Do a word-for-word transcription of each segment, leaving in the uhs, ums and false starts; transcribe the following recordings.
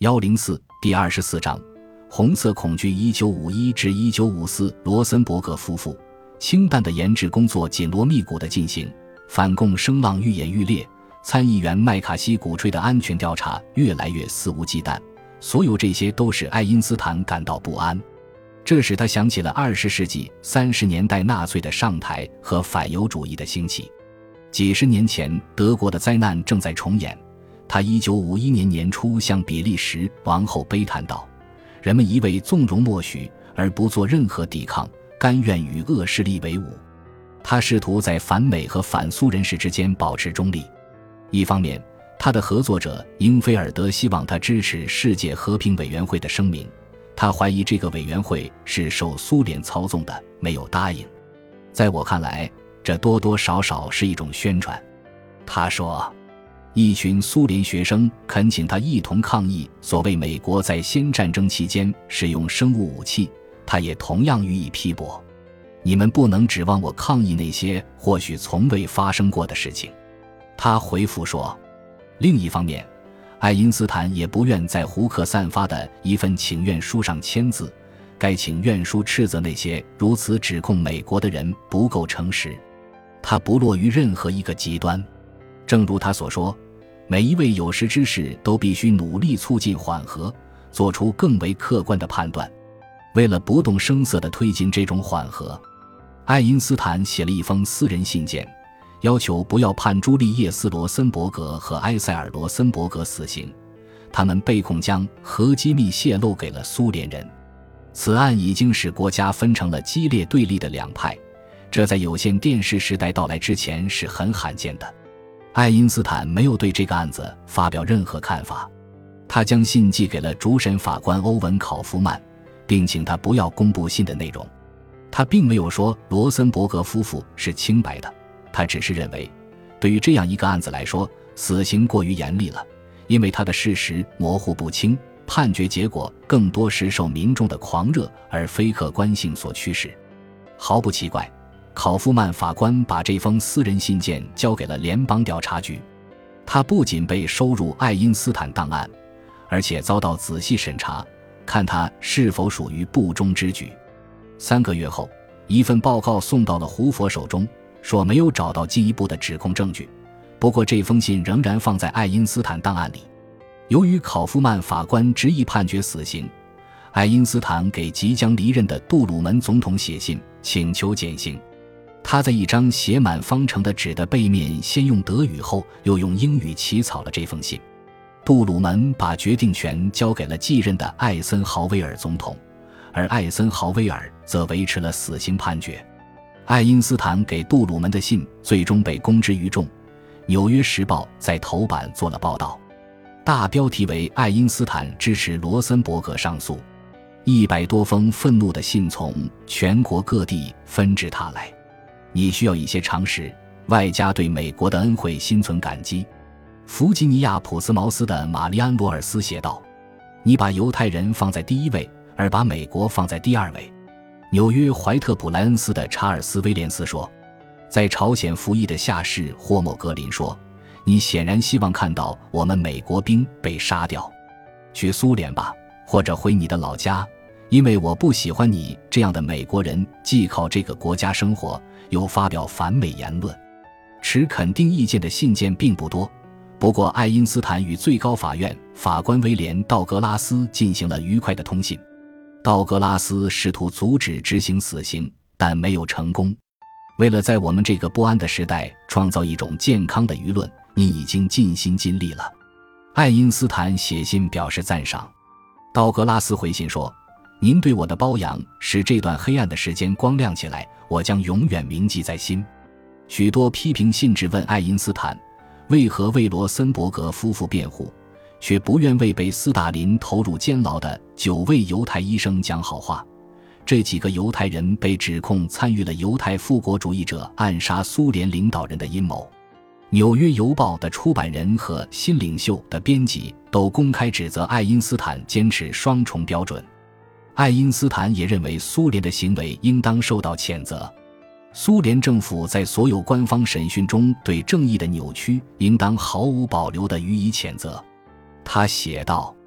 一零四第二十四章红色恐惧一九五一至一九五四罗森伯格夫妇氢弹的研制工作紧锣密鼓地进行，反共声浪愈演愈烈，参议员麦卡锡鼓吹的安全调查越来越肆无忌惮，所有这些都使爱因斯坦感到不安。这使他想起了二十世纪三十年代纳粹的上台和反犹主义的兴起。几十年前德国的灾难正在重演，他一九五一年年初向比利时王后悲叹道，人们一味纵容默许而不做任何抵抗，甘愿与恶势力为伍。他试图在反美和反苏人士之间保持中立。一方面，他的合作者英菲尔德希望他支持世界和平委员会的声明，他怀疑这个委员会是受苏联操纵的，没有答应。在我看来，这多多少少是一种宣传。他说，一群苏联学生恳请他一同抗议所谓美国在先战争期间使用生物武器，他也同样予以批驳。你们不能指望我抗议那些或许从未发生过的事情。他回复说，另一方面，爱因斯坦也不愿在胡克散发的一份请愿书上签字，该请愿书斥责那些如此指控美国的人不够诚实。他不落于任何一个极端。正如他所说，每一位有识之士都必须努力促进缓和，做出更为客观的判断。为了不动声色地推进这种缓和，爱因斯坦写了一封私人信件，要求不要判朱利叶斯·罗森伯格和埃塞尔·罗森伯格死刑，他们被控将核机密泄露给了苏联人。此案已经使国家分成了激烈对立的两派，这在有线电视时代到来之前是很罕见的。爱因斯坦没有对这个案子发表任何看法，他将信寄给了主审法官欧文·考夫曼，并请他不要公布信的内容。他并没有说罗森伯格夫妇是清白的，他只是认为，对于这样一个案子来说，死刑过于严厉了，因为他的事实模糊不清，判决结果更多是受民众的狂热而非客观性所驱使。毫不奇怪，考夫曼法官把这封私人信件交给了联邦调查局，他不仅被收入爱因斯坦档案，而且遭到仔细审查，看他是否属于不忠之举。三个月后，一份报告送到了胡佛手中，说没有找到进一步的指控证据，不过这封信仍然放在爱因斯坦档案里。由于考夫曼法官执意判决死刑，爱因斯坦给即将离任的杜鲁门总统写信，请求减刑。他在一张写满方程的纸的背面先用德语后又用英语起草了这封信。杜鲁门把决定权交给了继任的艾森豪威尔总统，而艾森豪威尔则维持了死刑判决。爱因斯坦给杜鲁门的信最终被公之于众，纽约时报在头版做了报道，大标题为爱因斯坦支持罗森伯格上诉。一百多封愤怒的信从全国各地纷至沓来。你需要一些常识，外加对美国的恩惠心存感激。弗吉尼亚普斯茅斯的玛丽安·罗尔斯写道，你把犹太人放在第一位，而把美国放在第二位。纽约怀特普莱恩斯的查尔斯·威廉斯说，在朝鲜服役的下士霍莫格林说，你显然希望看到我们美国兵被杀掉，去苏联吧，或者回你的老家，因为我不喜欢你这样的美国人既靠这个国家生活，又发表反美言论。持肯定意见的信件并不多，不过爱因斯坦与最高法院法官威廉·道格拉斯进行了愉快的通信。道格拉斯试图阻止执行死刑，但没有成功。为了在我们这个不安的时代创造一种健康的舆论，你已经尽心尽力了。爱因斯坦写信表示赞赏。道格拉斯回信说，您对我的褒扬使这段黑暗的时间光亮起来，我将永远铭记在心。许多批评信质问爱因斯坦为何为罗森伯格夫妇辩护，却不愿为被斯大林投入监牢的九位犹太医生讲好话。这几个犹太人被指控参与了犹太复国主义者暗杀苏联领导人的阴谋。纽约邮报的出版人和新领袖的编辑都公开指责爱因斯坦坚持双重标准。爱因斯坦也认为苏联的行为应当受到谴责。苏联政府在所有官方审讯中对正义的扭曲应当毫无保留地予以谴责。他写道，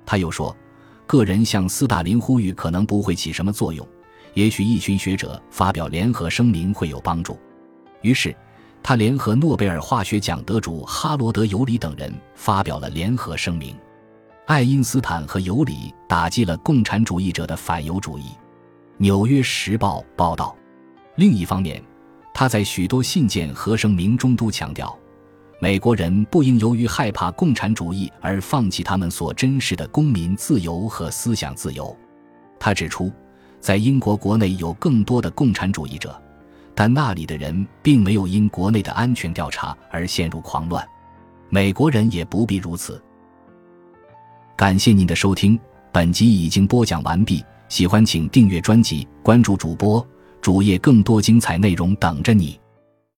他又说，个人向斯大林呼吁可能不会起什么作用，也许一群学者发表联合声明会有帮助。于是他联合诺贝尔化学奖得主哈罗德·尤里等人发表了联合声明。爱因斯坦和尤里打击了共产主义者的反犹主义。纽约时报报道。另一方面，他在许多信件和声明中都强调，美国人不应由于害怕共产主义而放弃他们所珍视的公民自由和思想自由。他指出，在英国国内有更多的共产主义者，但那里的人并没有因国内的安全调查而陷入狂乱，美国人也不必如此。感谢您的收听，本集已经播讲完毕，喜欢请订阅专辑，关注主播，主页更多精彩内容等着你。